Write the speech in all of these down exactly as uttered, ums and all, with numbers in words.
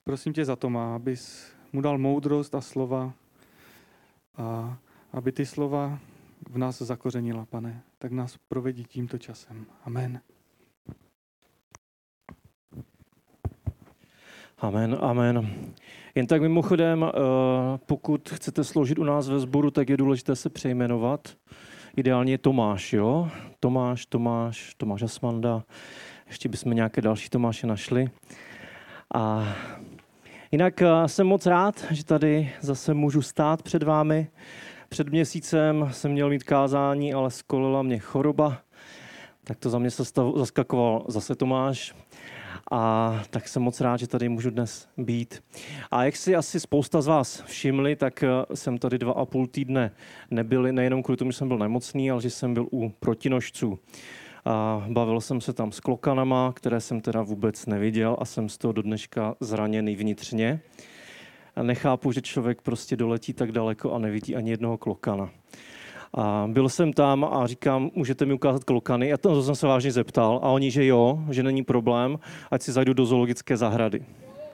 prosím tě za Toma, abys mu dal moudrost a slova a aby ty slova v nás zakořenila, Pane. Tak nás provedí tímto časem. Amen. Amen, amen. Jen tak mimochodem, pokud chcete sloužit u nás ve sboru, tak je důležité se přejmenovat. Ideálně Tomáš, jo? Tomáš, Tomáš, Tomáš Asmanda. Ještě bychom nějaké další Tomáše našli. A jinak jsem moc rád, že tady zase můžu stát před vámi. Před měsícem jsem měl mít kázání, ale skolila mě choroba. Tak to za mě zaskakoval zase Tomáš. A tak jsem moc rád, že tady můžu dnes být. A jak si asi spousta z vás všimli, tak jsem tady dva a půl týdne nebyl, nejenom kvůli tomu, že jsem byl nemocný, ale že jsem byl u protinožců. A bavil jsem se tam s klokanama, které jsem teda vůbec neviděl a jsem z toho do dneška zraněný vnitřně. A nechápu, že člověk prostě doletí tak daleko a nevidí ani jednoho klokana. A byl jsem tam a říkám, můžete mi ukázat klokany? Já to jsem se vážně zeptal a oni, že jo, že není problém, ať si zajdu do zoologické zahrady.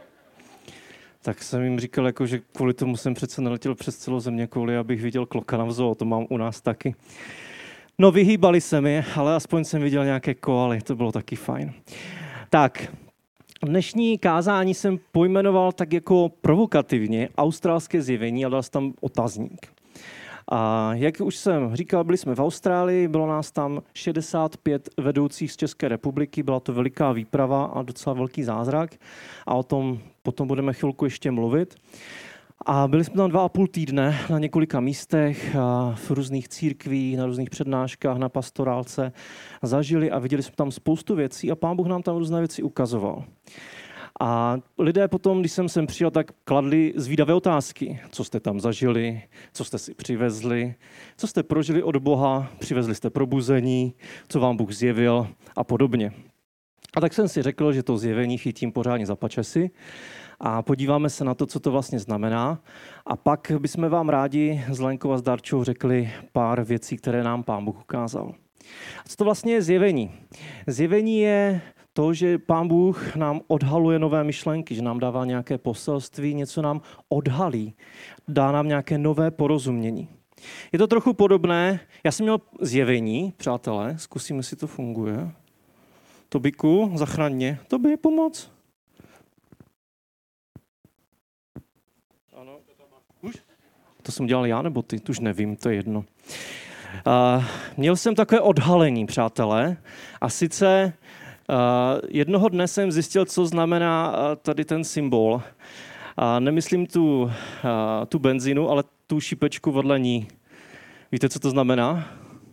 Tak jsem jim říkal, jako, že kvůli tomu jsem přece neletěl přes celou země, kvůli abych viděl klokana v zoo, to mám u nás taky. No vyhýbali se mi, ale aspoň jsem viděl nějaké koaly, to bylo taky fajn. Tak, dnešní kázání jsem pojmenoval tak jako provokativně australské zjevení a dal jsem tam otazník. A jak už jsem říkal, byli jsme v Austrálii, bylo nás tam šedesát pět vedoucích z České republiky, byla to veliká výprava a docela velký zázrak a o tom potom budeme chvilku ještě mluvit. A byli jsme tam dva a půl týdne na několika místech, v různých církvích, na různých přednáškách, na pastorálce. Zažili a viděli jsme tam spoustu věcí a Pán Bůh nám tam různé věci ukazoval. A lidé potom, když jsem sem přijel, tak kladli zvídavé otázky. Co jste tam zažili, co jste si přivezli, co jste prožili od Boha, přivezli jste probuzení, co vám Bůh zjevil a podobně. A tak jsem si řekl, že to zjevení chytím pořádně za pačesy a podíváme se na to, co to vlastně znamená. A pak bychom vám rádi s Lenkou a s Darčou řekli pár věcí, které nám Pán Bůh ukázal. A co to vlastně je zjevení? Zjevení je to, že Pán Bůh nám odhaluje nové myšlenky, že nám dává nějaké poselství, něco nám odhalí, dá nám nějaké nové porozumění. Je to trochu podobné, já jsem měl zjevení, přátelé, zkusíme, jestli to funguje. Tobiku, zachraň mě, to by je pomoc. Ano. Už? To jsem dělal já, nebo ty? To už nevím, to je jedno. Uh, měl jsem takové odhalení, přátelé, a sice Uh, jednoho dne jsem zjistil, co znamená uh, tady ten symbol. Uh, nemyslím tu, uh, tu benzínu, ale tu šipečku vedle ní. Víte, co to znamená?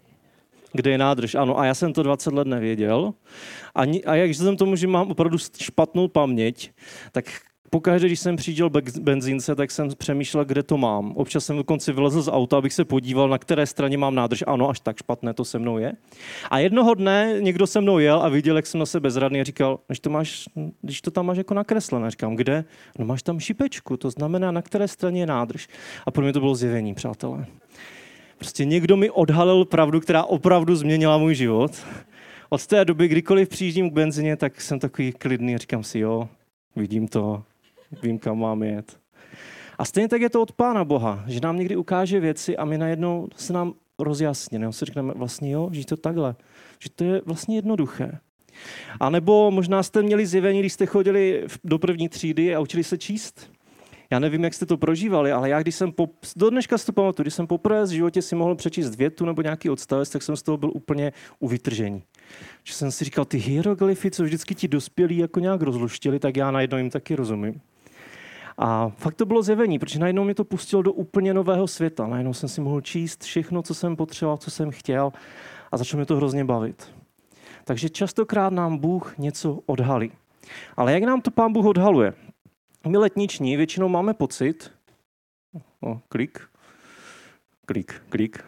Kde je nádrž? Ano, a já jsem to dvacet let nevěděl. A, a jak jsem tomu, že mám opravdu špatnou paměť, tak pokaždé, když jsem přijížděl benzínce, tak jsem přemýšlel, kde to mám. Občas jsem dokonce vylezl z auta, abych se podíval, na které straně mám nádrž. Ano, až tak špatné to se mnou je. A jednoho dne někdo se mnou jel a viděl, jak jsem na sebe bezradný a říkal, když to, máš, když to tam máš jako nakreslené. Říkám, kde? No máš tam šipečku, to znamená, na které straně je nádrž. A pro mě to bylo zjevení, přátelé. Prostě někdo mi odhalil pravdu, která opravdu změnila můj život. Od té doby, kdykoliv přijíždím k benzině, tak jsem takový klidný a říkám si, jo, vidím to. Vím, kam mám jet. A stejně tak je to od Pána Boha, že nám někdy ukáže věci a my najednou se nám rozjasní. Nebo si řekneme vlastně jo, že to takhle. Že to je vlastně jednoduché. A nebo možná jste měli zjevení, když jste chodili do první třídy a učili se číst. Já nevím, jak jste to prožívali, ale já, když jsem po, do dneška si to pamatuju, když jsem poprvé v životě si mohl přečíst větu nebo nějaký odstavec, tak jsem z toho byl úplně u vytržení. Že jsem si říkal, ty hieroglyfy, co vždycky ti dospělí jako nějak rozluštili, tak já najednou jim taky rozumím. A fakt to bylo zjevení, protože najednou mě to pustilo do úplně nového světa. Najednou jsem si mohl číst všechno, co jsem potřeboval, co jsem chtěl a začalo mě to hrozně bavit. Takže častokrát nám Bůh něco odhalí. Ale jak nám to Pán Bůh odhaluje? My letniční většinou máme pocit, o, klik, klik, klik,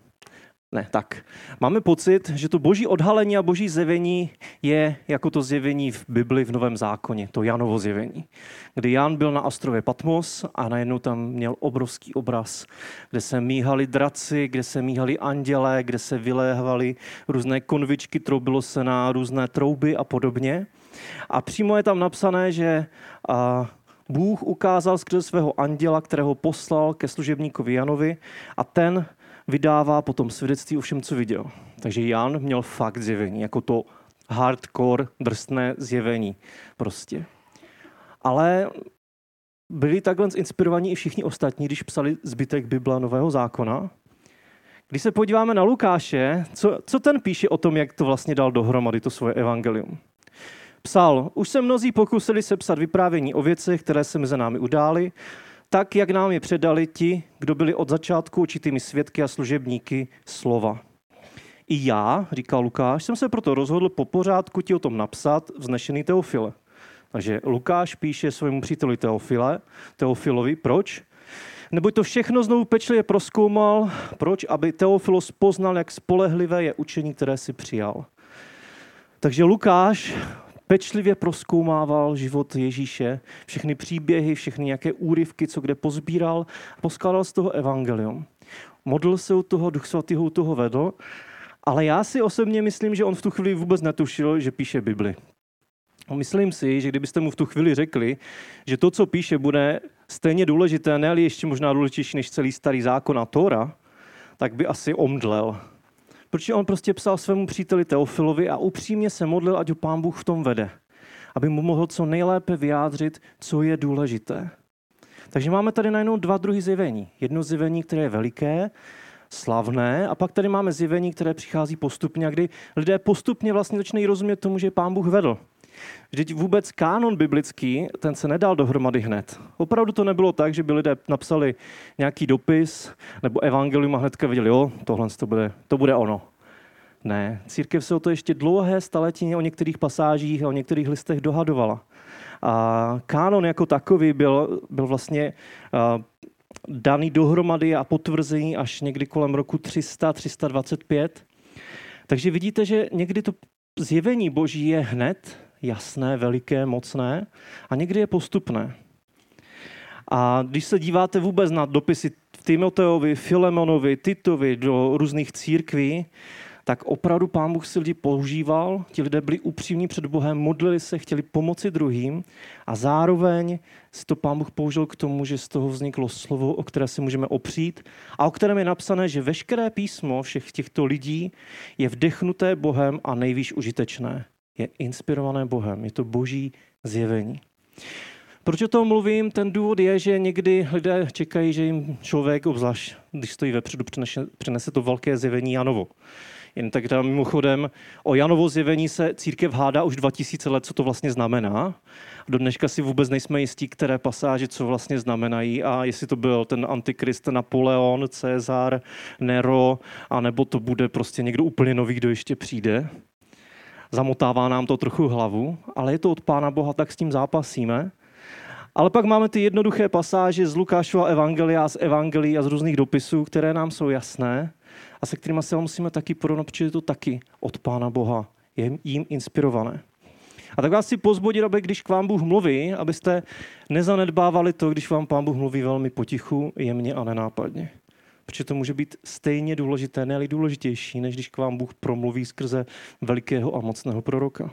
ne, tak. Máme pocit, že to boží odhalení a boží zjevení je jako to zjevení v Bibli v Novém zákoně, to Janovo zjevení, kdy Jan byl na ostrově Patmos a najednou tam měl obrovský obraz, kde se míhali draci, kde se míhali andělé, kde se vyléhvaly různé konvičky, troubilo se na různé trouby a podobně. A přímo je tam napsané, že a, Bůh ukázal skrze svého anděla, kterého poslal ke služebníkovi Janovi a ten vydává potom svědectví o všem, co viděl. Takže Jan měl fakt zjevení, jako to hardcore, drsné zjevení prostě. Ale byli takhle inspirovaní i všichni ostatní, když psali zbytek Bible Nového zákona. Když se podíváme na Lukáše, co, co ten píše o tom, jak to vlastně dal dohromady, to svoje evangelium. Psal, už se mnozí pokusili sepsat vyprávění o věcech, které se mezi námi udály, tak, jak nám je předali ti, kdo byli od začátku určitými svědky a služebníky slova. I já, říká Lukáš, jsem se proto rozhodl po pořádku ti o tom napsat, vznešený Teofile. Takže Lukáš píše svému příteli Teofile, Teofilovi, proč? Neboť to všechno znovu pečlivě prozkoumal, proč? Aby Teofilos poznal, jak spolehlivé je učení, které si přijal. Takže Lukáš pečlivě prozkoumával život Ježíše, všechny příběhy, všechny nějaké úryvky, co kde pozbíral, a poskládal z toho evangelium. Modlil se u toho, Duch Svatý ho u toho vedl, ale já si osobně myslím, že on v tu chvíli vůbec netušil, že píše Bibli. Myslím si, že kdybyste mu v tu chvíli řekli, že to, co píše, bude stejně důležité, ne-li ještě možná důležitější než celý starý zákon a Tóra, tak by asi omdlel. Protože on prostě psal svému příteli Teofilovi a upřímně se modlil, ať ho Pán Bůh v tom vede, aby mu mohl co nejlépe vyjádřit, co je důležité. Takže máme tady najednou dva druhy zjevení. Jedno zjevení, které je veliké, slavné, a pak tady máme zjevení, které přichází postupně, a kdy lidé postupně vlastně začínají rozumět tomu, že Pán Bůh vedl. Vždyť vůbec kánon biblický, ten se nedal dohromady hned. Opravdu to nebylo tak, že by lidé napsali nějaký dopis nebo evangelium a hnedka viděli, jo, tohle to bude, to bude ono. Ne, církev se o to ještě dlouhé staletí o některých pasážích a o některých listech dohadovala. A kánon jako takový byl, byl vlastně uh, daný dohromady a potvrzený až někdy kolem roku tři sta, tři sta dvacet pět. Takže vidíte, že někdy to zjevení Boží je hned, jasné, veliké, mocné, a někdy je postupné. A když se díváte vůbec na dopisy Timoteovi, Filemonovi, Titovi do různých církví, tak opravdu Pán Bůh si lidi používal, ti lidé byli upřímní před Bohem, modlili se, chtěli pomoci druhým a zároveň si to Pán Bůh použil k tomu, že z toho vzniklo slovo, o které si můžeme opřít a o kterém je napsané, že veškeré písmo všech těchto lidí je vdechnuté Bohem a nejvýš užitečné. Je inspirované Bohem, je to Boží zjevení. Proč o tom mluvím? Ten důvod je, že někdy lidé čekají, že jim člověk, obzvlášť když stojí vepředu, přinese, přinese to velké zjevení Janovo. Jen tak tam mimochodem o Janovo zjevení se církev hádá už dva tisíce let, co to vlastně znamená. Do dneška si vůbec nejsme jistí, které pasáže co vlastně znamenají a jestli to byl ten antikrist Napoleon, Cezar, Nero, anebo to bude prostě někdo úplně nový, kdo ještě přijde. Zamotává nám to trochu hlavu, ale je to od Pána Boha, tak s tím zápasíme. Ale pak máme ty jednoduché pasáže z Lukášova evangelia, z evangelií a z různých dopisů, které nám jsou jasné a se kterými se musíme taky porovnat, protože je to taky od Pána Boha, je jim inspirované. A tak vás chci pozbudit, aby když k vám Bůh mluví, abyste nezanedbávali to, když vám Pán Bůh mluví velmi potichu, jemně a nenápadně. Protože to může být stejně důležité, ne-li důležitější, než když k vám Bůh promluví skrze velikého a mocného proroka.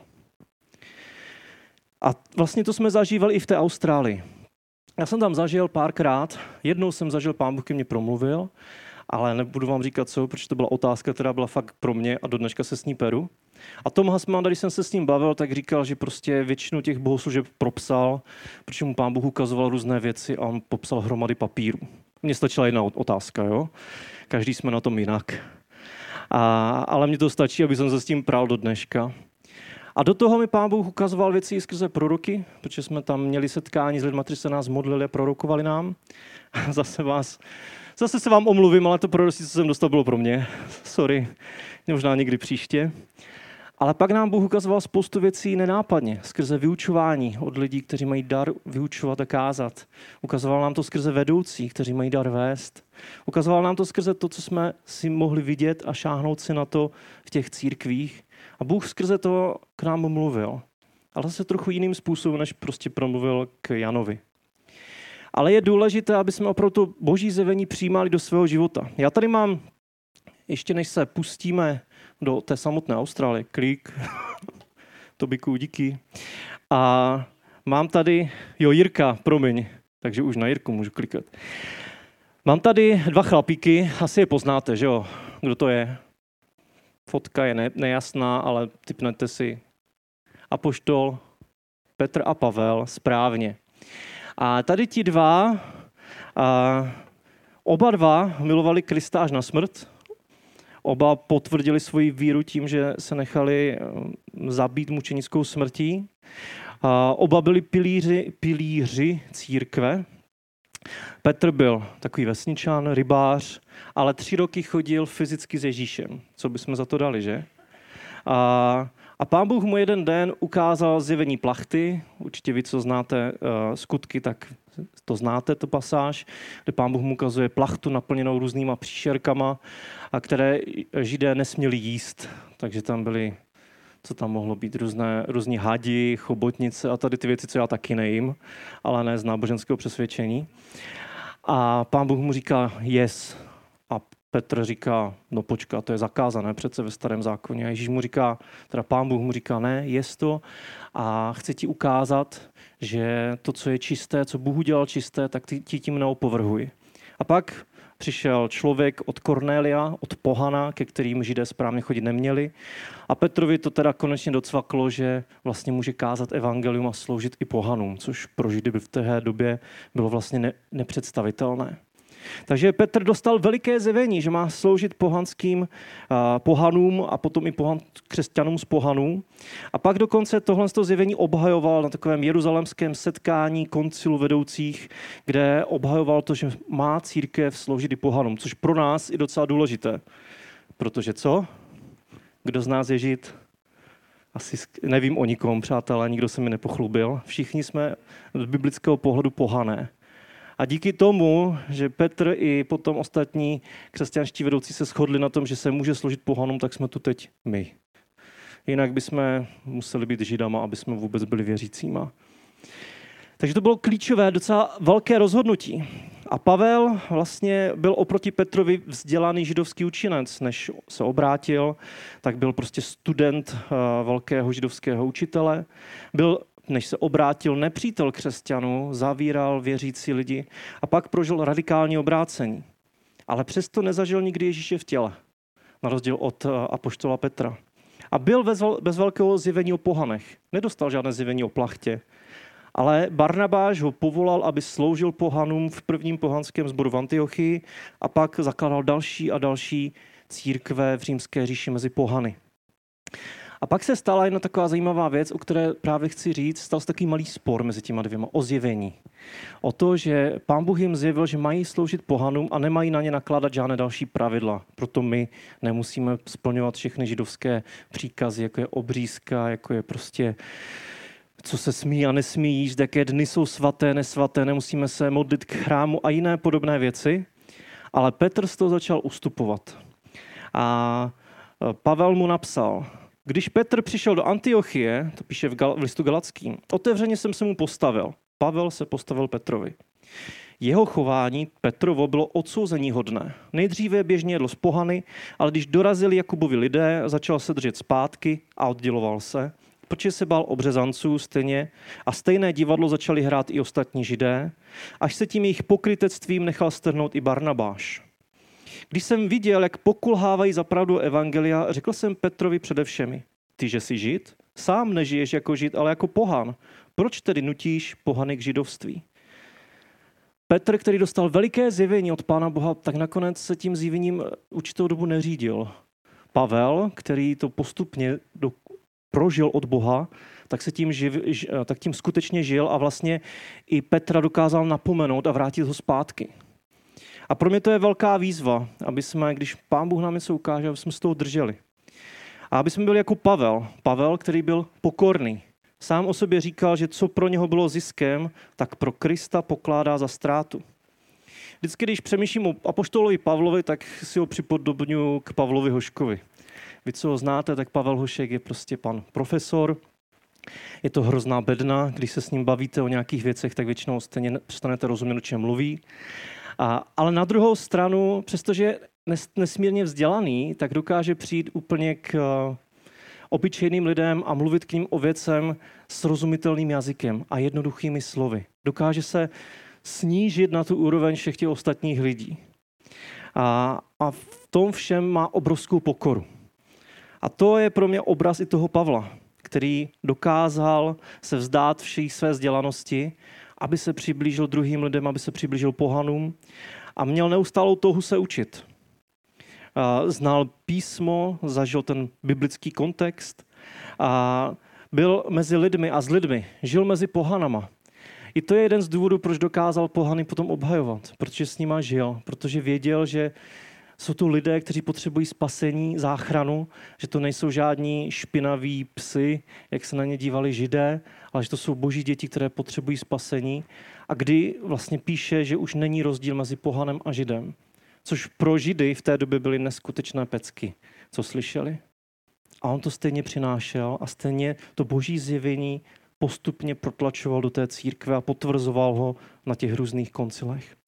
A vlastně to jsme zažívali i v té Austrálii. Já jsem tam zažil párkrát, jednou jsem zažil, Pán Bůh ke mně promluvil, ale nebudu vám říkat co, protože to byla otázka, která byla fakt pro mě a do dneška se s ní peru. A Tom Hasmanda, když jsem se s ním bavil, tak říkal, že prostě většinu těch bohoslužeb propsal, protože mu Pán Bůh ukazoval různé věci a on popsal hromady papíru. Mně stačila jedna otázka, jo? Každý jsme na tom jinak. A, ale mně to stačí, aby jsem se s tím prál do dneška. A do toho mi Pán Bůh ukazoval věci i skrze proroky, protože jsme tam měli setkání s lidmi, kteří se nás modlili a prorokovali nám. Zase vás, zase se vám omluvím, ale to proroctví, co jsem dostal, bylo pro mě. Sorry, možná někdy příště. Ale pak nám Bůh ukazoval spoustu věcí nenápadně, skrze vyučování od lidí, kteří mají dar vyučovat a kázat. Ukazoval nám to skrze vedoucí, kteří mají dar vést. Ukazoval nám to skrze to, co jsme si mohli vidět a šáhnout si na to v těch církvích. A Bůh skrze to k nám mluvil. Ale zase trochu jiným způsobem, než prostě promluvil k Janovi. Ale je důležité, aby jsme opravdu Boží zjevení přijímali do svého života. Já tady mám, ještě než se pustíme do té samotné Austrálie, klik, Tobiku, díky. A mám tady, jo Jirka, promiň, takže už na Jirku můžu klikat. Mám tady dva chlapíky, asi je poznáte, že jo? Kdo to je? Fotka je ne, nejasná, ale tipnete si. Apoštol Petr a Pavel, správně. A tady ti dva, a oba dva milovali Krista až na smrt. Oba potvrdili svoji víru tím, že se nechali zabít mučenickou smrtí. A oba byli pilíři, pilíři církve. Petr byl takový vesničan, rybář, ale tři roky chodil fyzicky s Ježíšem. Co bychom za to dali, že? A, a Pán Bůh mu jeden den ukázal zjevení plachty. Určitě vy, co znáte uh, skutky, tak to znáte, to pasáž, kde Pán Bůh mu ukazuje plachtu naplněnou různýma příšerkama, a které Židé nesměli jíst. Takže tam byly, co tam mohlo být, různé, různí hadi, chobotnice a tady ty věci, co já taky nejím, ale ne z náboženského přesvědčení. A Pán Bůh mu říká, jes. A Petr říká, no počká, to je zakázané přece ve Starém zákoně. A Ježíš mu říká, teda Pán Bůh mu říká, ne, jes to a chci ti ukázat, že to, co je čisté, co Bůh udělal čisté, tak ty, ti tím neopovrhuj. A pak přišel člověk od Kornélia, od pohana, ke kterým Židé správně chodit neměli. A Petrovi to teda konečně docvaklo, že vlastně může kázat evangelium a sloužit i pohanům, což pro Židy v té době bylo vlastně ne, nepředstavitelné. Takže Petr dostal veliké zjevení, že má sloužit pohanským uh, pohanům a potom i pohan, křesťanům z pohanů. A pak dokonce tohle zjevení obhajoval na takovém jeruzalémském setkání koncilu vedoucích, kde obhajoval to, že má církev sloužit i pohanům, což pro nás je docela důležité. Protože co? Kdo z nás je Žid? Asi nevím o nikom, přátelé, nikdo se mi nepochlubil. Všichni jsme z biblického pohledu pohané. A díky tomu, že Petr i potom ostatní křesťanští vedoucí se shodli na tom, že se může sloužit pohanům, tak jsme tu teď my. Jinak bychom museli být Židama, aby jsme vůbec byli věřícíma. Takže to bylo klíčové, docela velké rozhodnutí. A Pavel vlastně byl oproti Petrovi vzdělaný židovský učinec. Než se obrátil, tak byl prostě student velkého židovského učitele. Byl než se obrátil nepřítel křesťanů, zavíral věřící lidi a pak prožil radikální obrácení. Ale přesto nezažil nikdy Ježíše v těle, na rozdíl od apoštola Petra. A byl bez velkého zjevení o pohanech. Nedostal žádné zjevení o plachtě. Ale Barnabáš ho povolal, aby sloužil pohanům v prvním pohanském sboru v Antiochii a pak zakládal další a další církve v římské říši mezi pohany. A pak se stala jedna taková zajímavá věc, o které právě chci říct, stal se takový malý spor mezi těma dvěma, o zjevení. O to, že Pán Bůh jim zjevil, že mají sloužit pohanům a nemají na ně nakládat žádné další pravidla. Proto my nemusíme splňovat všechny židovské příkazy, jako je obřízka, jako je prostě co se smí a nesmí jíst, jaké dny jsou svaté, nesvaté, nemusíme se modlit k chrámu a jiné podobné věci. Ale Petr z toho začal ustupovat. A Pavel mu napsal, když Petr přišel do Antiochie, to píše v, Gal- v listu Galackým, otevřeně jsem se mu postavil. Pavel se postavil Petrovi. Jeho chování Petrovo bylo odsouzeníhodné. Nejdříve běžně jedl s pohany, ale když dorazili Jakubovi lidé, začal se držet zpátky a odděloval se, protože se bál obřezanců stejně a stejné divadlo začali hrát i ostatní Židé, až se tím jejich pokrytectvím nechal strhnout i Barnabáš. Když jsem viděl, jak pokulhávají za pravdu evangelia, řekl jsem Petrovi přede všemi, ty, že jsi Žid, sám nežiješ jako Žid, ale jako pohan. Proč tedy nutíš pohany k židovství? Petr, který dostal veliké zjevení od Pána Boha, tak nakonec se tím zjevením určitou dobu neřídil. Pavel, který to postupně do, prožil od Boha, tak se tím, živ, tak tím skutečně žil a vlastně i Petra dokázal napomenout a vrátit ho zpátky. A pro mě to je velká výzva, aby jsme, když Pán Bůh nám něco ukáže, aby jsme z toho drželi. A aby jsme byli jako Pavel. Pavel, který byl pokorný. Sám o sobě říkal, že co pro něho bylo ziskem, tak pro Krista pokládá za ztrátu. Vždycky, když přemýšlím o apoštolovi Pavlovi, tak si ho připodobňuji k Pavlovi Hoškovi. Vy, co ho znáte, tak Pavel Hošek je prostě pan profesor. Je to hrozná bedna, když se s ním bavíte o nějakých věcech, tak většinou stejně přestanete rozumět, o čem mluví. A, ale na druhou stranu, přestože je nes, nesmírně vzdělaný, tak dokáže přijít úplně k uh, obyčejným lidem a mluvit k ním o věcem srozumitelným jazykem a jednoduchými slovy. Dokáže se snížit na tu úroveň všech těch ostatních lidí. A, a v tom všem má obrovskou pokoru. A to je pro mě obraz i toho Pavla, který dokázal se vzdát vší své vzdělanosti, aby se přiblížil druhým lidem, aby se přiblížil pohanům a měl neustálou touhu se učit. Znal písmo, zažil ten biblický kontext a byl mezi lidmi a s lidmi, žil mezi pohanama. I to je jeden z důvodů, proč dokázal pohany potom obhajovat, protože s nima žil, protože věděl, že jsou to lidé, kteří potřebují spasení, záchranu, že to nejsou žádní špinaví psy, jak se na ně dívali Židé, ale že to jsou boží děti, které potřebují spasení. A kdy vlastně píše, že už není rozdíl mezi pohanem a Židem. Což pro Židy v té době byly neskutečné pecky, co slyšeli. A on to stejně přinášel a stejně to boží zjevení postupně protlačoval do té církve a potvrzoval ho na těch různých koncilech.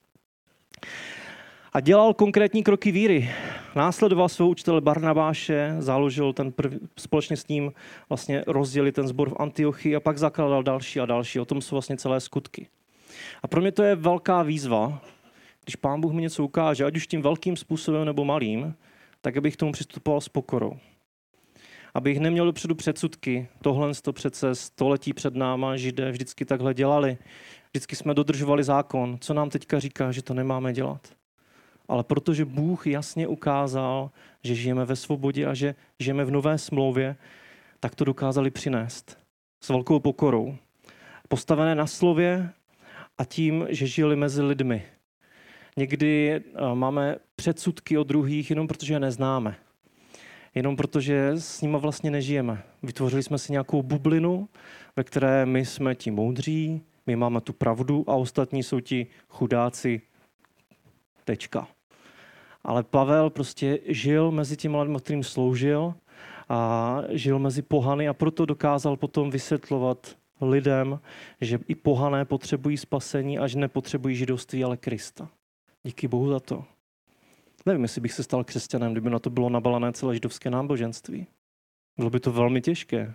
A dělal konkrétní kroky víry. Následoval svého učitele Barnabáše, založil ten prv, společně s ním vlastně rozdělil ten sbor v Antiochii a pak zakládal další a další. O tom jsou vlastně celé skutky. A pro mě to je velká výzva, když Pán Bůh mi něco ukáže, ať už tím velkým způsobem nebo malým, tak abych k tomu přistupoval s pokorou. Abych neměl dopředu předsudky. Tohle to přece století před náma Židé vždycky takhle dělali. Vždycky jsme dodržovali zákon. Co nám teďka říká, že to nemáme dělat? Ale protože Bůh jasně ukázal, že žijeme ve svobodě a že žijeme v nové smlouvě, tak to dokázali přinést s velkou pokorou. Postavené na slově a tím, že žili mezi lidmi. Někdy máme předsudky o druhých jenom protože je neznáme. Jenom protože s nima vlastně nežijeme. Vytvořili jsme si nějakou bublinu, ve které my jsme ti moudří, my máme tu pravdu a ostatní jsou ti chudáci. Tečka. Ale Pavel prostě žil mezi těmi lidmi, kterým sloužil a žil mezi pohany a proto dokázal potom vysvětlovat lidem, že i pohané potřebují spasení a že nepotřebují židovství, ale Krista. Díky Bohu za to. Nevím, jestli bych se stal křesťanem, kdyby na to bylo nabalené celé židovské náboženství. Bylo by to velmi těžké.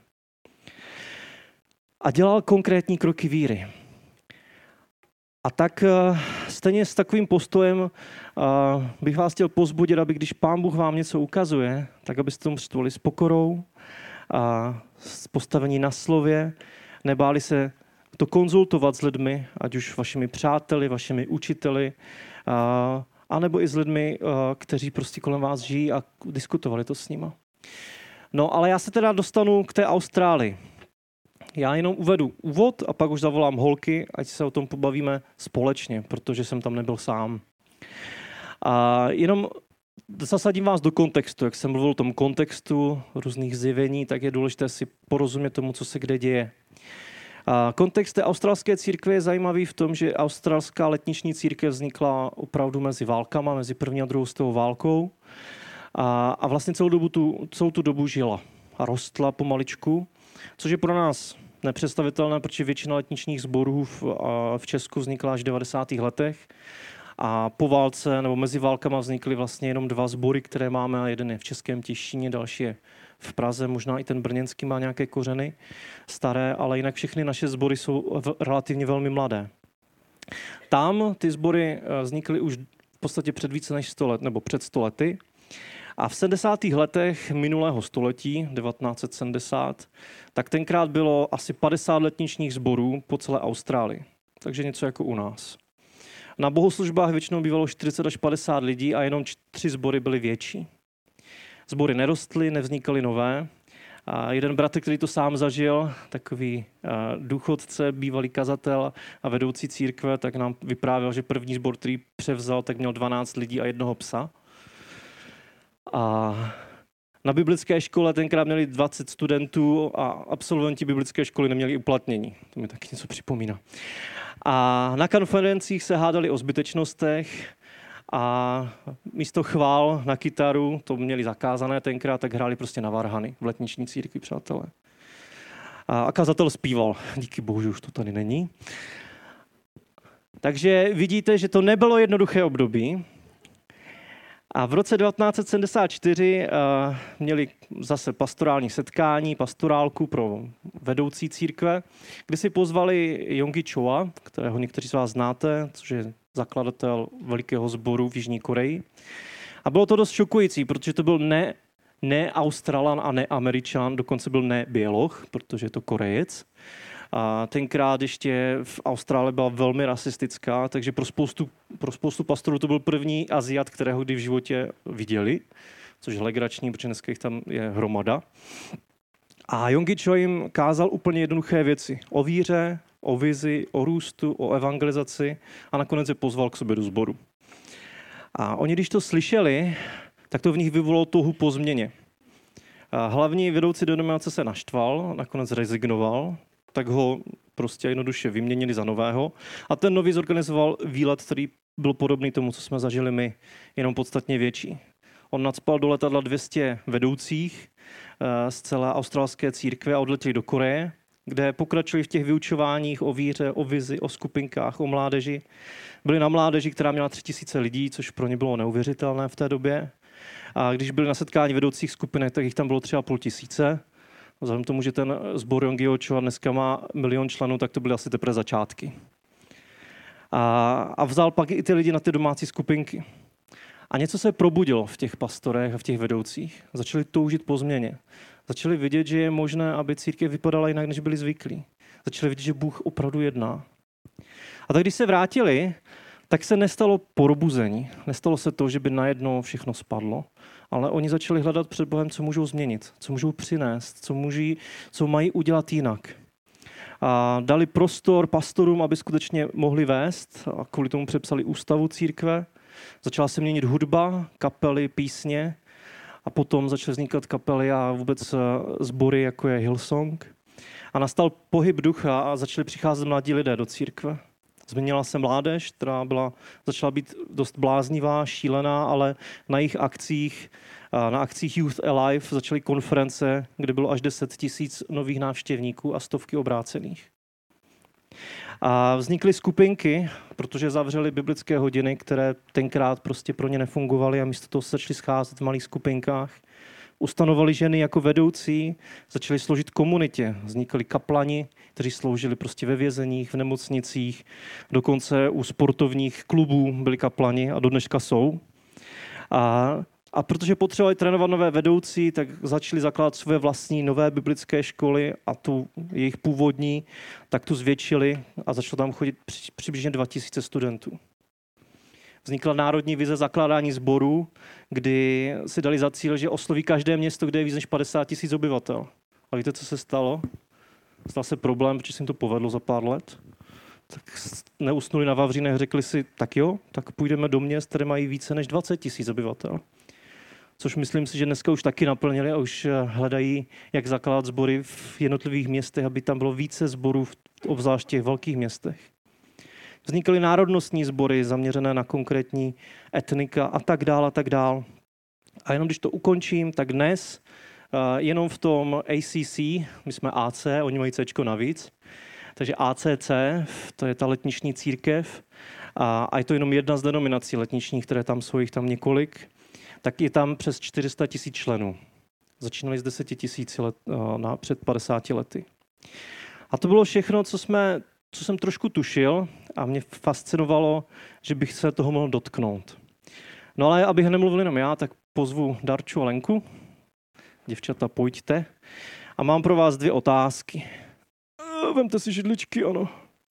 A dělal konkrétní kroky víry. A tak stejně s takovým postojem bych vás chtěl povzbudit, aby když Pán Bůh vám něco ukazuje, tak abyste tomu přistupovali s pokorou a s postavení na slově, nebáli se to konzultovat s lidmi, ať už vašimi přáteli, vašimi učiteli, anebo i s lidmi, kteří prostě kolem vás žijí a diskutovali to s nima. No, ale já se teda dostanu k té Austrálii. Já jenom uvedu úvod a pak už zavolám holky, ať se o tom pobavíme společně, protože jsem tam nebyl sám. A jenom zasadím vás do kontextu. Jak jsem mluvil o tom kontextu různých zjevení, tak je důležité si porozumět tomu, co se kde děje. A kontext té australské církve je zajímavý v tom, že australská letniční církev vznikla opravdu mezi válkama, mezi první a druhou světovou válkou. A, a vlastně celou, dobu tu, celou tu dobu žila a rostla pomaličku, což je pro nás nepředstavitelné, protože většina letničních sborů v, v Česku vznikla až v devadesátých letech. A po válce nebo mezi válkama vznikly vlastně jenom dva sbory, které máme. A jeden je v Českém Těšíně, další je v Praze. Možná i ten brněnský má nějaké kořeny staré, ale jinak všechny naše sbory jsou relativně velmi mladé. Tam ty sbory vznikly už v podstatě před více než sto let, nebo před sto lety. A v sedmdesátých letech minulého století, devatenáct set sedmdesát, tak tenkrát bylo asi padesát letničních sborů po celé Austrálii. Takže něco jako u nás. Na bohoslužbách většinou bývalo čtyřicet až padesát lidí a jenom tři sbory byly větší. Sbory nerostly, nevznikaly nové. A jeden bratr, který to sám zažil, takový důchodce, bývalý kazatel a vedoucí církve, tak nám vyprávěl, že první sbor, který převzal, tak měl dvanáct lidí a jednoho psa. A na biblické škole tenkrát měli dvacet studentů a absolventi biblické školy neměli uplatnění. To mi taky něco připomíná. A na konferencích se hádali o zbytečnostech a místo chvál na kytaru, to měli zakázané tenkrát, tak hráli prostě na varhany v letniční církvi, přátelé. A kazatel zpíval. Díky Bohu, že už to tady není. Takže vidíte, že to nebylo jednoduché období. A v roce devatenáct set sedmdesát čtyři uh, měli zase pastorální setkání, pastorálku pro vedoucí církve, kde si pozvali Yonggi Choa, kterého někteří z vás znáte, což je zakladatel velikého sboru v Jižní Koreji. A bylo to dost šokující, protože to byl ne, ne Australan a ne Američan, dokonce byl ne Běloch, protože je to Korejec. A tenkrát ještě v Austrálii byla velmi rasistická, takže pro spoustu, pro spoustu pastorů to byl první Aziat, kterého kdy v životě viděli, což je legrační, protože dneska jich tam je hromada. A Yonggi Cho jim kázal úplně jednoduché věci. O víře, o vizi, o růstu, o evangelizaci a nakonec je pozval k sobě do sboru. A oni, když to slyšeli, tak to v nich vyvolalo touhu po změně. A hlavní vedoucí denominace se naštval, nakonec rezignoval, tak ho prostě jednoduše vyměnili za nového. A ten nový zorganizoval výlet, který byl podobný tomu, co jsme zažili my, jenom podstatně větší. On nacpal do letadla dvě stě vedoucích z celé australské církve a odletěli do Koreje, kde pokračovali v těch vyučováních o víře, o vizi, o skupinkách, o mládeži. Byli na mládeži, která měla tři tisíce lidí, což pro ně bylo neuvěřitelné v té době. A když byli na setkání vedoucích skupinek, tak jich tam bylo tři a půl tisíce. Vzhledem k tomu, že ten sbor Yonggiho Choa dneska má milion členů, tak to byly asi teprve začátky. A, a vzal pak i ty lidi na ty domácí skupinky. A něco se probudilo v těch pastorech a v těch vedoucích. Začali toužit po změně. Začali vidět, že je možné, aby církev vypadala jinak, než byli zvyklí. Začali vidět, že Bůh opravdu jedná. A tak když se vrátili, tak se nestalo porobuzení. Nestalo se to, že by najednou všechno spadlo, ale oni začali hledat před Bohem, co můžou změnit, co můžou přinést, co, můží, co mají udělat jinak. A dali prostor pastorům, aby skutečně mohli vést, a kvůli tomu přepsali ústavu církve. Začala se měnit hudba, kapely, písně a potom začaly vznikat kapely a vůbec sbory, jako je Hillsong. A nastal pohyb ducha a začali přicházet mladí lidé do církve. Změnila se mládež, která byla, začala být dost bláznivá, šílená, ale na jejich akcích, na akcích Youth Alive začaly konference, kde bylo až deset tisíc nových návštěvníků a stovky obrácených. A vznikly skupinky, protože zavřely biblické hodiny, které tenkrát prostě pro ně nefungovaly a místo toho se začaly scházet v malých skupinkách. Ustanovali ženy jako vedoucí, začali sloužit komunitě. Vznikali kaplani, kteří sloužili prostě ve vězeních, v nemocnicích, dokonce u sportovních klubů byli kaplani a do dneška jsou. A, a protože potřebovali trénovat nové vedoucí, tak začali zakládat své vlastní nové biblické školy a tu jejich původní, tak tu zvětšili a začalo tam chodit při, přibližně dva tisíce studentů. Vznikla národní vize zakládání sborů, kdy si dali za cíl, že osloví každé město, kde je víc než padesát tisíc obyvatel. A víte, co se stalo? Stal se problém, protože se jim to povedlo za pár let. Tak neusnuli na vavřínech, řekli si, tak jo, tak půjdeme do měst, které mají více než dvacet tisíc obyvatel. Což myslím si, že dneska už taky naplnili a už hledají, jak zakládat sbory v jednotlivých městech, aby tam bylo více sborů, obzvlášť v těch velkých městech. Vznikaly národnostní sbory zaměřené na konkrétní etnika a tak dál a tak dál. A jenom když to ukončím, tak dnes uh, jenom v tom A C C, my jsme A C, oni mají Cčko navíc, takže A C C, to je ta letniční církev a, a je to jenom jedna z denominací letničních, které tam jsou, jich tam několik, tak je tam přes čtyři sta tisíc členů. Začínali z deset tisíc let, uh, na, před padesáti lety. A to bylo všechno, co jsme co jsem trošku tušil a mě fascinovalo, že bych se toho mohl dotknout. No ale abych nemluvil jenom já, tak pozvu Darču a Lenku. Děvčata, pojďte. A mám pro vás dvě otázky. Vemte si židličky, ano.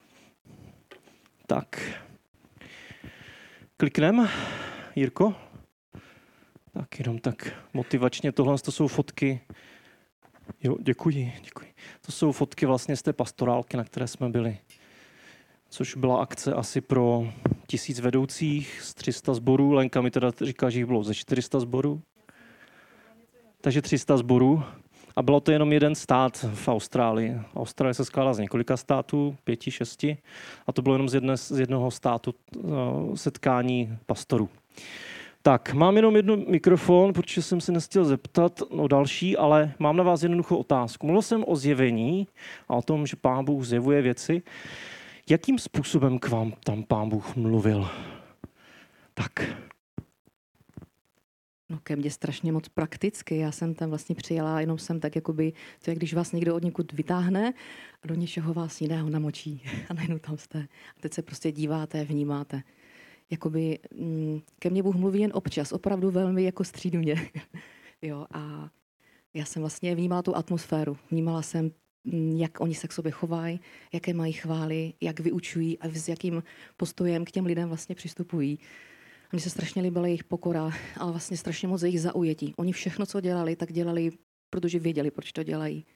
Tak. Kliknem. Jirko. Tak jenom tak motivačně. Tohle to jsou fotky. Jo, děkuji, děkuji. To jsou fotky vlastně z té pastorálky, na které jsme byli. Což byla akce asi pro tisíc vedoucích z tři sta sborů. Lenka mi teda říká, že jich bylo ze čtyři sta sborů. Takže tři sta sborů. A bylo to jenom jeden stát v Austrálii. Austrálie se skládá z několika států, pěti, šesti. A to bylo jenom z, jedné, z jednoho státu setkání pastorů. Tak, mám jenom jeden mikrofon, protože jsem se nechtěl zeptat o další, ale mám na vás jednoduchou otázku. Mluvil jsem o zjevení a o tom, že Pán Bůh zjevuje věci. Jakým způsobem k vám tam Pán Bůh mluvil? Tak. No ke mně strašně moc prakticky. Já jsem tam vlastně přijela, jenom jsem tak jakoby, to je když vás někdo od někud vytáhne a do něčeho vás jiného namočí a najednou tam jste. A teď se prostě díváte, vnímáte. Jakoby mm, ke mně Bůh mluví jen občas, opravdu velmi jako střídmě. Jo, a já jsem vlastně vnímala tu atmosféru. Vnímala jsem, mm, jak oni se k sobě chovají, jaké mají chvály, jak vyučují a s jakým postojem k těm lidem vlastně přistupují. Mně se strašně líbila jejich pokora, ale vlastně strašně moc jejich zaujetí. Oni všechno, co dělali, tak dělali, protože věděli, proč to dělají.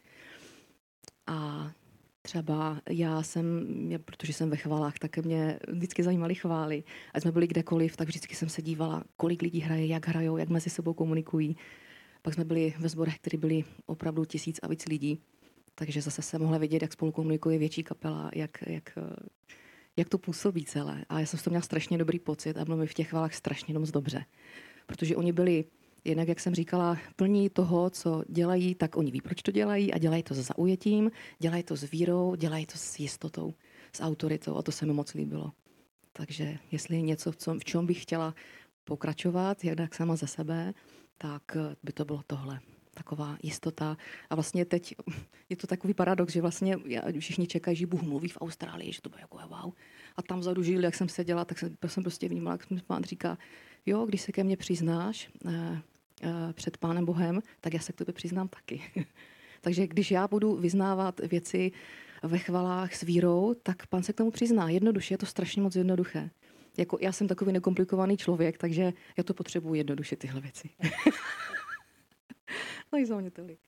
A třeba já jsem, protože jsem ve chválách, tak mě vždycky zajímaly chvály. A jsme byli kdekoliv, tak vždycky jsem se dívala, kolik lidí hraje, jak hrajou, jak mezi sebou komunikují. Pak jsme byli ve sborech, které byly opravdu tisíc a víc lidí. Takže zase se mohla vidět, jak spolu komunikuje větší kapela, jak, jak, jak to působí celé. A já jsem v tom měla strašně dobrý pocit a bylo mi v těch chválách strašně moc dobře. Protože oni byli, jednak, jak jsem říkala, plní toho, co dělají, tak oni ví, proč to dělají a dělají to s zaujetím, dělají to s vírou, dělají to s jistotou, s autoritou a to se mi moc líbilo. Takže jestli je něco, v, co, v čem bych chtěla pokračovat, jak sama ze sebe, tak by to bylo tohle. Taková jistota. A vlastně teď je to takový paradox, že vlastně všichni čekají, že Bůh mluví v Austrálii, že to bude jako wow. A tam vzadu žili, jak jsem seděla, tak jsem, jsem prostě vnímala, jak mi pán říká, jo, když se ke mně přiznáš eh, eh, před Pánem Bohem, tak já se k tobě přiznám taky. Takže když já budu vyznávat věci ve chvalách s vírou, tak Pán se k tomu přizná. Jednoduše, je to strašně moc jednoduché. Jako, já jsem takový nekomplikovaný člověk, takže já to potřebuji jednoduše tyhle věci. No i za mě tolik.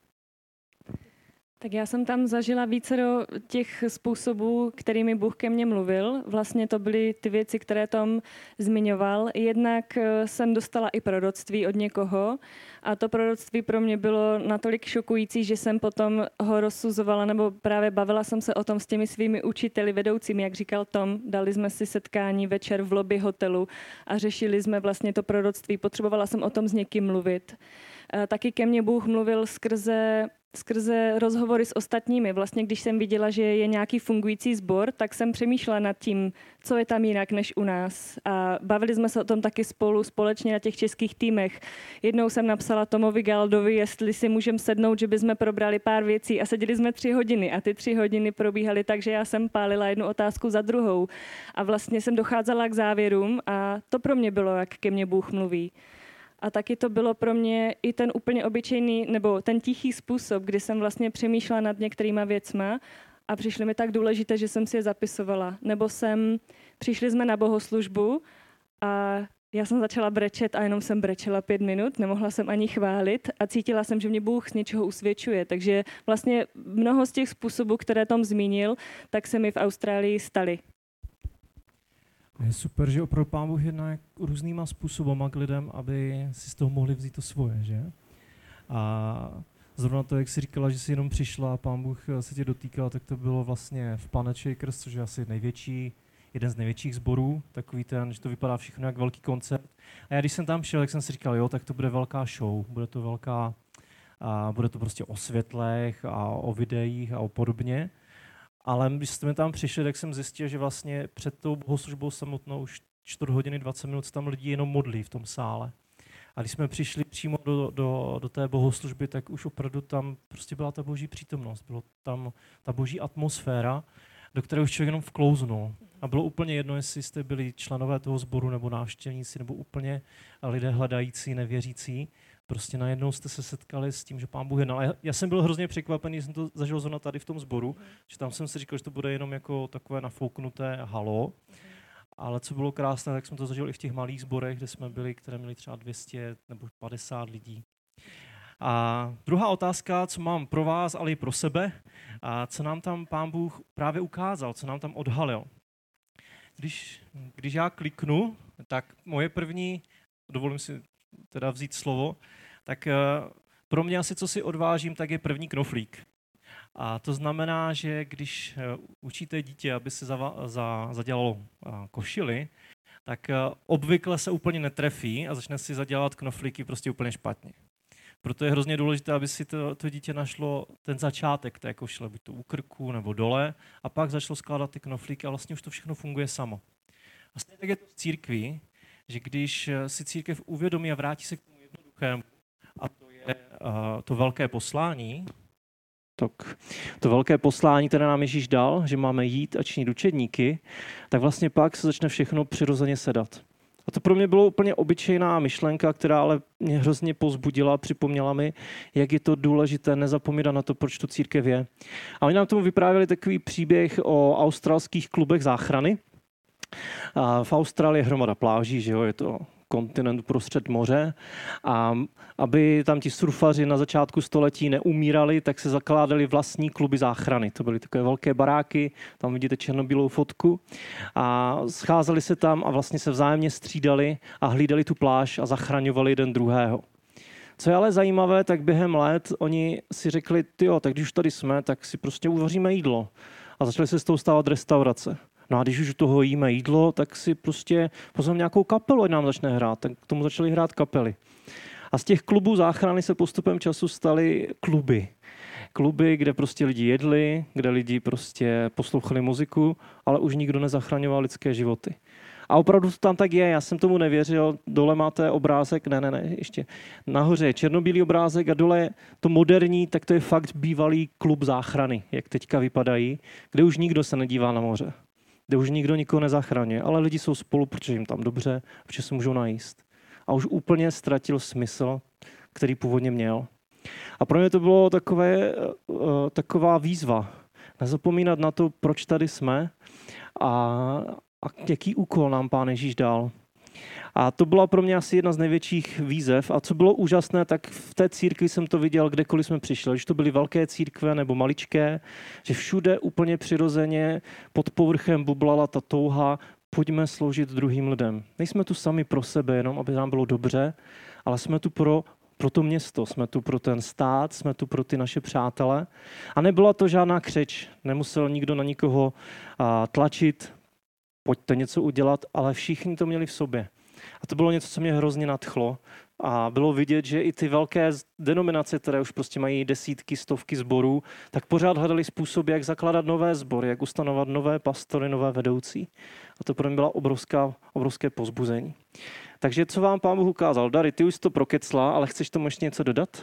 Tak já jsem tam zažila více do těch způsobů, kterými Bůh ke mně mluvil. Vlastně to byly ty věci, které Tom zmiňoval. Jednak jsem dostala i proroctví od někoho a to proroctví pro mě bylo natolik šokující, že jsem potom ho rozsuzovala nebo právě bavila jsem se o tom s těmi svými učiteli vedoucími, jak říkal Tom. Dali jsme si setkání večer v lobby hotelu a řešili jsme vlastně to proroctví. Potřebovala jsem o tom s někým mluvit. Taky ke mně Bůh mluvil skrze, skrze rozhovory s ostatními. Vlastně, když jsem viděla, že je nějaký fungující sbor, tak jsem přemýšlela nad tím, co je tam jinak než u nás. A bavili jsme se o tom taky spolu, společně na těch českých týmech. Jednou jsem napsala Tomovi Galdovi, jestli si můžeme sednout, že bychom probrali pár věcí a seděli jsme tři hodiny. A ty tři hodiny probíhaly tak, že já jsem pálila jednu otázku za druhou. A vlastně jsem docházela k závěrům a to pro mě bylo, jak ke mně Bůh mluví. A taky to bylo pro mě i ten úplně obyčejný, nebo ten tichý způsob, kdy jsem vlastně přemýšlela nad některýma věcma a přišly mi tak důležité, že jsem si je zapisovala. Nebo jsem, přišli jsme na bohoslužbu a já jsem začala brečet a jenom jsem brečela pět minut, nemohla jsem ani chválit a cítila jsem, že mě Bůh z něčeho usvědčuje. Takže vlastně mnoho z těch způsobů, které Tom zmínil, tak se mi v Austrálii staly. Je super, že opravdu Pán Bůh jedná různýma způsobama k lidem, aby si z toho mohli vzít to svoje, že? A zrovna to, jak jsi říkala, že jsi jenom přišla a Pán Bůh se tě dotýkal, tak to bylo vlastně v Planet Shakers, což je asi největší, jeden z největších sborů, takový ten, že to vypadá všechno jak velký koncert. A já když jsem tam šel, tak jsem si říkal, jo, tak to bude velká show, bude to velká, a bude to prostě o světlech a o videích a o podobně. Ale když jsme tam přišli, tak jsem zjistil, že vlastně před tou bohoslužbou samotnou už čtyři hodiny dvacet minut tam lidi jenom modlí v tom sále. A když jsme přišli přímo do, do, do té bohoslužby, tak už opravdu tam prostě byla ta boží přítomnost, byla tam ta boží atmosféra, do které už člověk jenom vklouznul. A bylo úplně jedno, jestli jste byli členové toho sboru nebo návštěvníci, nebo úplně lidé hledající, nevěřící. Prostě najednou jste se setkali s tím, že Pán Bůh jednal. Já, já jsem byl hrozně překvapený, že jsem to zažil zrovna tady v tom sboru, mm. že tam jsem si říkal, že to bude jenom jako takové nafouknuté halo. Mm. Ale co bylo krásné, tak jsem to zažil i v těch malých sborech, kde jsme byli, které měli třeba dvě stě nebo padesát lidí. A druhá otázka, co mám pro vás, ale i pro sebe, a co nám tam Pán Bůh právě ukázal, co nám tam odhalil. Když, když já kliknu, tak moje první, dovolím si teda vzít slovo, tak pro mě asi, co si odvážím, tak je první knoflík. A to znamená, že když učíte dítě, aby se zava, za, zadělalo košili, tak obvykle se úplně netrefí a začne si zadělat knoflíky prostě úplně špatně. Proto je hrozně důležité, aby si to, to dítě našlo ten začátek té košile, buď to u krku nebo dole, a pak začalo skládat ty knoflíky a vlastně už to všechno funguje samo. A stejně tak je to v církvi, že když si církev uvědomí a vrátí se k tomu Bohem, a to je uh, to velké poslání. Tak to velké poslání, které nám Ježíš dal, že máme jít a činit učedníky, tak vlastně pak se začne všechno přirozeně sedat. A to pro mě bylo úplně obyčejná myšlenka, která ale mě hrozně povzbudila a připomněla mi, jak je to důležité nezapomínat na to, proč tu církev je. A oni nám tomu vyprávěli takový příběh o australských klubech záchrany. A v Austrálii je hromada pláží, že jo, je to kontinent uprostřed moře, a aby tam ti surfaři na začátku století neumírali, tak se zakládali vlastní kluby záchrany. To byly takové velké baráky, tam vidíte černobílou fotku, a scházeli se tam a vlastně se vzájemně střídali a hlídali tu pláž a zachraňovali jeden druhého. Co je ale zajímavé, tak během let oni si řekli, tyjo, tak když už tady jsme, tak si prostě uvaříme jídlo. A začali se z toho stávat restaurace. No a když už u toho jíme jídlo, tak si prostě pozveme nějakou kapelu, ať nám začne hrát. Tak k tomu začaly hrát kapely. A z těch klubů záchrany se postupem času staly kluby. Kluby, kde prostě lidi jedli, kde lidi prostě poslouchali muziku, ale už nikdo nezachraňoval lidské životy. A opravdu to tam tak je, já jsem tomu nevěřil. Dole máte obrázek, ne, ne, ne, ještě nahoře je černobílý obrázek a dole je to moderní, tak to je fakt bývalý klub záchrany, jak teďka vypadají, kde už nikdo se nedívá na moře, kde už nikdo nikoho nezachraňuje, ale lidi jsou spolu, protože jim tam dobře, protože se můžou najíst. A už úplně ztratil smysl, který původně měl. A pro mě to bylo takové, taková výzva. Nezapomínat na to, proč tady jsme a, a jaký úkol nám Pán Ježíš dal. A to byla pro mě asi jedna z největších výzev. A co bylo úžasné, tak v té církvi jsem to viděl, kdekoliv jsme přišli. Když to byly velké církve nebo maličké, že všude úplně přirozeně pod povrchem bublala ta touha, pojďme sloužit druhým lidem. Nejsme tu sami pro sebe, jenom aby nám bylo dobře, ale jsme tu pro, pro to město, jsme tu pro ten stát, jsme tu pro ty naše přátele. A nebyla to žádná křeč, nemusel nikdo na nikoho a, tlačit, pojďte něco udělat, ale všichni to měli v sobě. A to bylo něco, co mě hrozně nadchlo. A bylo vidět, že i ty velké denominace, které už prostě mají desítky, stovky sborů, tak pořád hledali způsoby, jak zakládat nové sbory, jak ustanovat nové pastory, nové vedoucí. A to pro mě byla obrovská, obrovské povzbuzení. Takže co vám Pán Bůh ukázal? Dary, ty už jsi to prokecla, ale chceš tomu ještě něco dodat?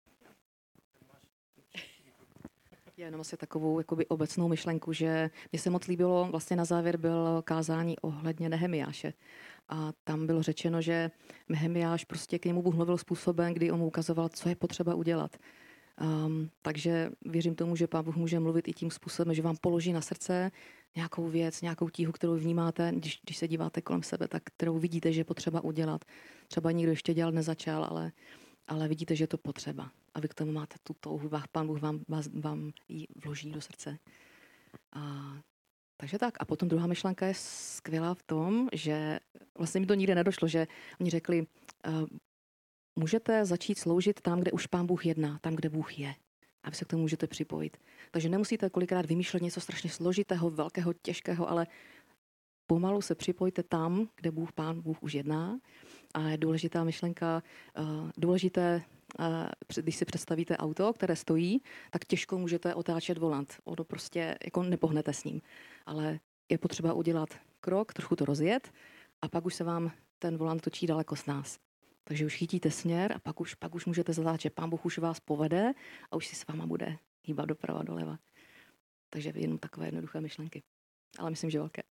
Já jenom asi takovou jakoby obecnou myšlenku, že mně se moc líbilo, vlastně na závěr bylo kázání ohledně Nehemiáše. A tam bylo řečeno, že Nehemiáš prostě k němu Bůh mluvil způsobem, kdy on mu ukazoval, co je potřeba udělat. Um, takže věřím tomu, že Pán Bůh může mluvit i tím způsobem, že vám položí na srdce nějakou věc, nějakou tíhu, kterou vnímáte, když, když se díváte kolem sebe, tak kterou vidíte, že je potřeba udělat. Třeba nikdo ještě dělat nezačal, ale, ale vidíte, že je to potřeba. A vy k tomu máte tu touhu, Pán Bůh vám, vás, vám ji vloží do srdce. A takže tak. A potom druhá myšlenka je skvělá v tom, že vlastně mi to nikdy nedošlo, že oni řekli, uh, můžete začít sloužit tam, kde už Pán Bůh jedná, tam, kde Bůh je. A vy se k tomu můžete připojit. Takže nemusíte kolikrát vymýšlet něco strašně složitého, velkého, těžkého, ale pomalu se připojte tam, kde Bůh, Pán Bůh už jedná. A je důležitá myšlenka, uh, důležité, uh, když si představíte auto, které stojí, tak těžko můžete otáčet volant. Ono prostě jako nepohnete s ním. Ale je potřeba udělat krok, trochu to rozjet a pak už se vám ten volant točí daleko s nás. Takže už chytíte směr a pak už, pak už můžete zatáčet. Pán Bůh už vás povede a už si s váma bude hýbat doprava, doleva. Takže jenom takové jednoduché myšlenky. Ale myslím, že velké.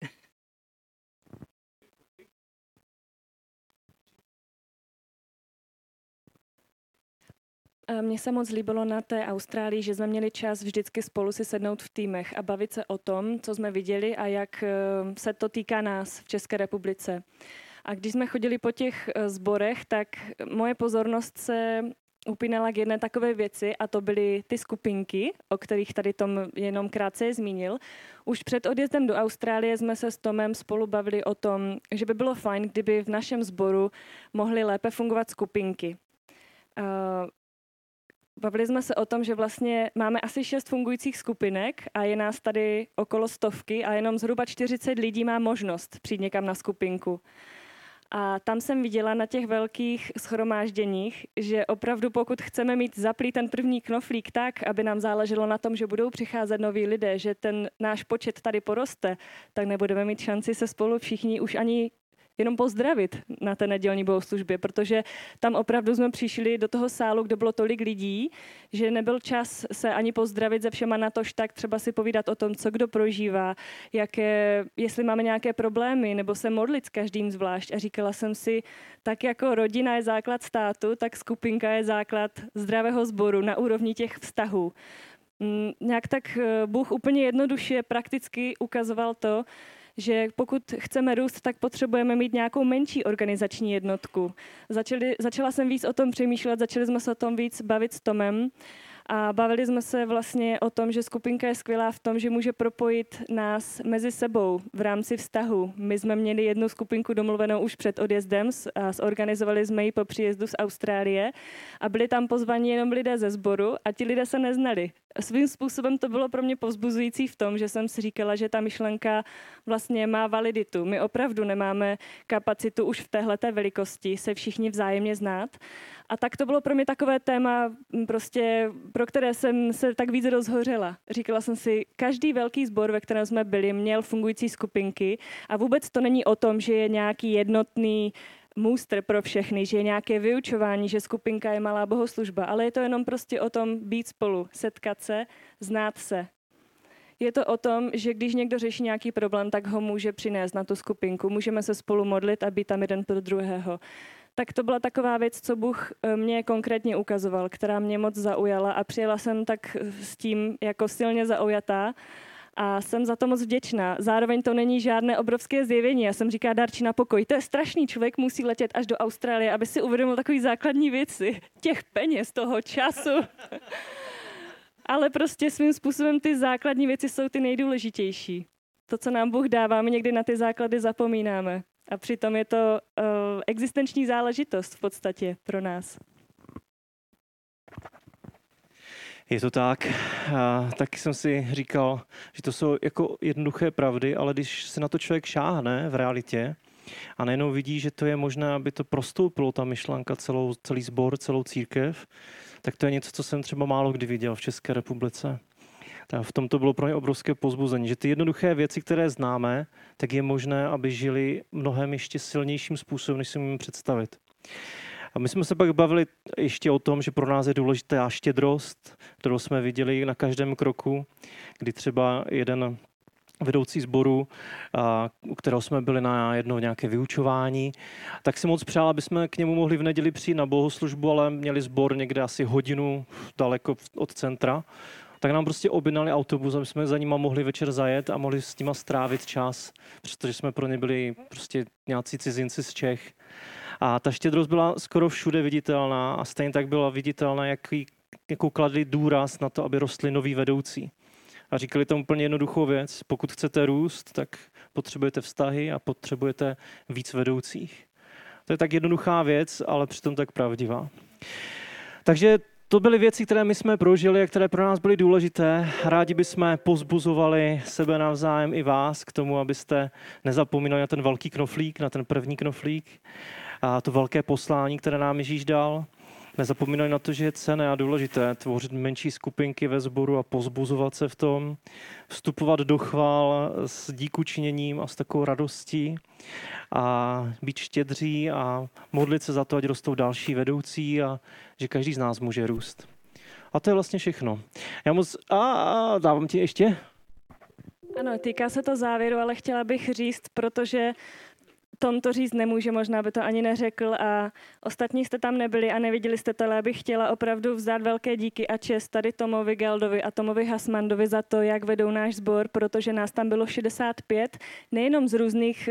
Mně se moc líbilo na té Austrálii, že jsme měli čas vždycky spolu si sednout v týmech a bavit se o tom, co jsme viděli a jak se to týká nás v České republice. A když jsme chodili po těch sborech, tak moje pozornost se upínala k jedné takové věci a to byly ty skupinky, o kterých tady Tom jenom krátce zmínil. Už před odjezdem do Austrálie jsme se s Tomem spolu bavili o tom, že by bylo fajn, kdyby v našem sboru mohly lépe fungovat skupinky. Bavili jsme se o tom, že vlastně máme asi šest fungujících skupinek a je nás tady okolo stovky a jenom zhruba čtyřicet lidí má možnost přijít někam na skupinku. A tam jsem viděla na těch velkých shromážděních, že opravdu pokud chceme mít zaplý ten první knoflík tak, aby nám záleželo na tom, že budou přicházet noví lidé, že ten náš počet tady poroste, tak nebudeme mít šanci se spolu všichni už ani jenom pozdravit na té nedělní bohoslužbě, protože tam opravdu jsme přišli do toho sálu, kde bylo tolik lidí, že nebyl čas se ani pozdravit ze všema, natož tak třeba si povídat o tom, co kdo prožívá, jaké, jestli máme nějaké problémy, nebo se modlit s každým zvlášť. A říkala jsem si, tak jako rodina je základ státu, tak skupinka je základ zdravého sboru na úrovni těch vztahů. Nějak tak Bůh úplně jednoduše prakticky ukazoval to, že pokud chceme růst, tak potřebujeme mít nějakou menší organizační jednotku. Začali, začala jsem víc o tom přemýšlet, začali jsme se o tom víc bavit s Tomem a bavili jsme se vlastně o tom, že skupinka je skvělá v tom, že může propojit nás mezi sebou v rámci vztahu. My jsme měli jednu skupinku domluvenou už před odjezdem a zorganizovali jsme ji po příjezdu z Austrálie a byli tam pozvaní jenom lidé ze sboru a ti lidé se neznali. Svým způsobem to bylo pro mě povzbuzující v tom, že jsem si říkala, že ta myšlenka vlastně má validitu. My opravdu nemáme kapacitu už v téhleté velikosti se všichni vzájemně znát. A tak to bylo pro mě takové téma, prostě, pro které jsem se tak víc rozhořela. Říkala jsem si, každý velký sbor, ve kterém jsme byli, měl fungující skupinky a vůbec to není o tom, že je nějaký jednotný můstr pro všechny, že je nějaké vyučování, že skupinka je malá bohoslužba, ale je to jenom prostě o tom být spolu, setkat se, znát se. Je to o tom, že když někdo řeší nějaký problém, tak ho může přinést na tu skupinku. Můžeme se spolu modlit a být tam jeden pro druhého. Tak to byla taková věc, co Bůh mě konkrétně ukazoval, která mě moc zaujala a přijela jsem tak s tím jako silně zaujatá. A jsem za to moc vděčná. Zároveň to není žádné obrovské zjevení. Já jsem říká Darči na pokoj. To je strašný, člověk musí letět až do Austrálie, aby si uvědomil takový základní věci. Těch peněz, toho času. Ale prostě svým způsobem ty základní věci jsou ty nejdůležitější. To, co nám Bůh dává, my někdy na ty základy zapomínáme. A přitom je to uh, existenční záležitost v podstatě pro nás. Je to tak. A taky jsem si říkal, že to jsou jako jednoduché pravdy, ale když se na to člověk šáhne v realitě a najednou vidí, že to je možné, aby to prostoupilo, ta myšlenka, celou, celý sbor, celou církev, tak to je něco, co jsem třeba málo kdy viděl v České republice. Tak v tom to bylo pro mě obrovské povzbuzení, že ty jednoduché věci, které známe, tak je možné, aby žili mnohem ještě silnějším způsobem, než si můžeme představit. A my jsme se pak bavili ještě o tom, že pro nás je důležitá štědrost, kterou jsme viděli na každém kroku, kdy třeba jeden vedoucí sboru, u kterého jsme byli na jedno nějaké vyučování, tak si moc přál, aby jsme k němu mohli v neděli přijít na bohoslužbu, ale měli sbor někde asi hodinu daleko od centra. Tak nám prostě objednali autobus, aby jsme za nima mohli večer zajet a mohli s nima strávit čas, protože jsme pro ně byli prostě nějací cizinci z Čech. A ta štědrost byla skoro všude viditelná a stejně tak byla viditelná, jaký, jakou kladli důraz na to, aby rostli noví vedoucí. A říkali tam úplně jednoduchou věc. Pokud chcete růst, tak potřebujete vztahy a potřebujete víc vedoucích. To je tak jednoduchá věc, ale přitom tak pravdivá. Takže to byly věci, které my jsme prožili a které pro nás byly důležité. Rádi bychom povzbuzovali sebe navzájem i vás k tomu, abyste nezapomínali na ten velký knoflík, na ten první knoflík a to velké poslání, které nám Ježíš dal. Nezapomínali na to, že je cenné a důležité tvořit menší skupinky ve sboru a povzbuzovat se v tom, vstupovat do chvál s díkučiněním a s takovou radostí a být štědří a modlit se za to, ať rostou další vedoucí a že každý z nás může růst. A to je vlastně všechno. Já moc... A, a dávám ti ještě? Ano, týká se to závěru, ale chtěla bych říct, protože Tom to říct nemůže, možná by to ani neřekl a ostatní jste tam nebyli a neviděli jste to, ale já bych chtěla opravdu vzdát velké díky a čest tady Tomovi Geldovi a Tomovi Hasmandovi za to, jak vedou náš sbor, protože nás tam bylo šedesát pět, nejenom z různých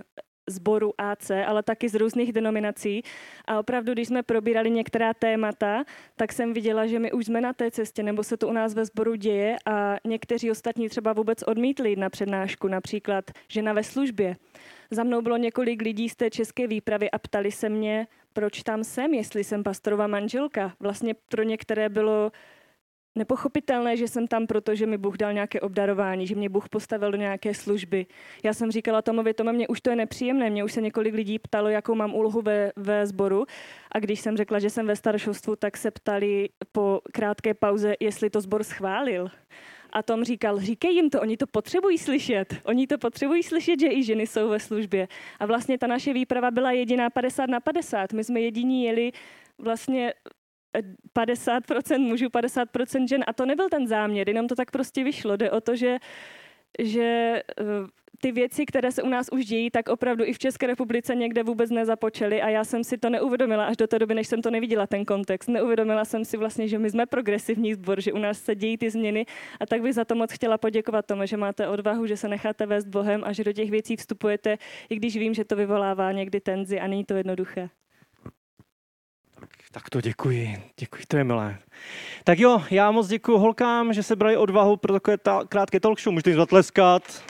sborů A C, ale taky z různých denominací. A opravdu, když jsme probírali některá témata, tak jsem viděla, že my už jsme na té cestě, nebo se to u nás ve sboru děje a někteří ostatní třeba vůbec odmítli jít na přednášku, například žena ve službě. Za mnou bylo několik lidí z té české výpravy a ptali se mě, proč tam jsem, jestli jsem pastorova manželka. Vlastně pro některé bylo nepochopitelné, že jsem tam, protože mi Bůh dal nějaké obdarování, že mě Bůh postavil do nějaké služby. Já jsem říkala Tomovi, Tome, mě už to je nepříjemné, mě už se několik lidí ptalo, jakou mám úlohu ve, ve sboru a když jsem řekla, že jsem ve staršovstvu, tak se ptali po krátké pauze, jestli to sbor schválil. A Tom říkal, říkej jim to, oni to potřebují slyšet. Oni to potřebují slyšet, že i ženy jsou ve službě. A vlastně ta naše výprava byla jediná padesát na padesát. My jsme jediní jeli vlastně padesát procent mužů, padesát procent žen. A to nebyl ten záměr, jenom to tak prostě vyšlo. Jde o to, že, že ty věci, které se u nás už dějí, tak opravdu i v České republice někde vůbec nezapočaly a já jsem si to neuvědomila až do té doby, než jsem to neviděla, ten kontext. Neuvědomila jsem si vlastně, že my jsme progresivní sbor, že u nás se dějí ty změny a tak bych za to moc chtěla poděkovat tomu, že máte odvahu, že se necháte vést Bohem a že do těch věcí vstupujete, i když vím, že to vyvolává někdy tenzi a není to jednoduché. Tak, tak to děkuji, děkuji, to je milé. Tak jo, já moc děkuji holkám, že se brali odvahu pro takové ta, krátké talk show, můžete jim zatleskat.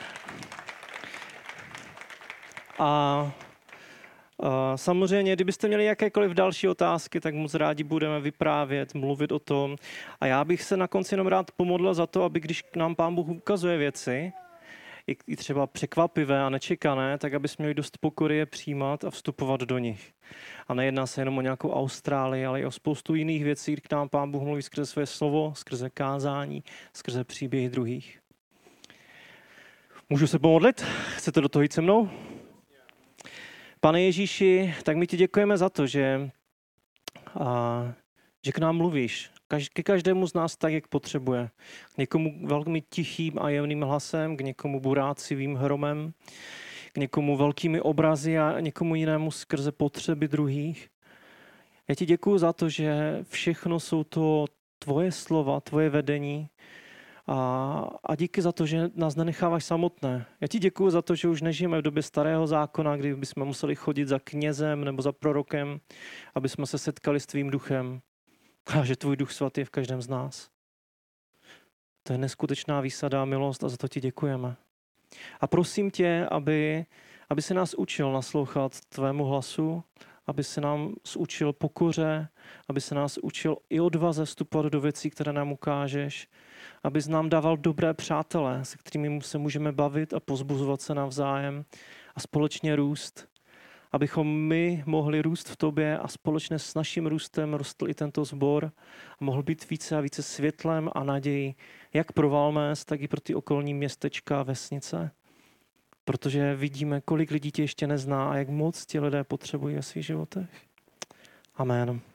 A, a samozřejmě, kdybyste měli jakékoliv další otázky, tak moc rádi budeme vyprávět, mluvit o tom. A já bych se na konci jenom rád pomodlil za to, aby když nám Pán Bůh ukazuje věci, i, i třeba překvapivé a nečekané, tak aby jsme měli dost pokory je přijímat a vstupovat do nich. A nejedná se jenom o nějakou Austrálii, ale i o spoustu jiných věcí, k nám Pán Bůh mluví skrze své slovo, skrze kázání, skrze příběhy druhých. Můžu se pomodlit? Chcete do toho jít se mnou? Pane Ježíši, tak my ti děkujeme za to, že, a, že k nám mluvíš. Kaž, ke každému z nás tak, jak potřebuje. K někomu velmi tichým a jemným hlasem, k někomu burácivým hromem, k někomu velkými obrazy a někomu jinému skrze potřeby druhých. Já ti děkuju za to, že všechno jsou to tvoje slova, tvoje vedení. A, a díky za to, že nás nenecháváš samotné. Já ti děkuju za to, že už nežijeme v době starého zákona, kdy bychom museli chodit za knězem nebo za prorokem, aby jsme se setkali s tvým duchem. A že tvůj duch svatý je v každém z nás. To je neskutečná výsada a milost a za to ti děkujeme. A prosím tě, aby, aby se nás učil naslouchat tvému hlasu, aby se nám učil pokoře, aby se nás učil i odvaze vstupovat do věcí, které nám ukážeš, abys nám dával dobré přátelé, se kterými se můžeme bavit a pozbuzovat se navzájem a společně růst. Abychom my mohli růst v tobě a společně s naším růstem rostl i tento sbor a mohl být více a více světlem a nadějí, jak pro Valmés, tak i pro ty okolní městečka a vesnice. Protože vidíme, kolik lidí tě ještě nezná a jak moc ti lidé potřebují ve svých životech. Amen.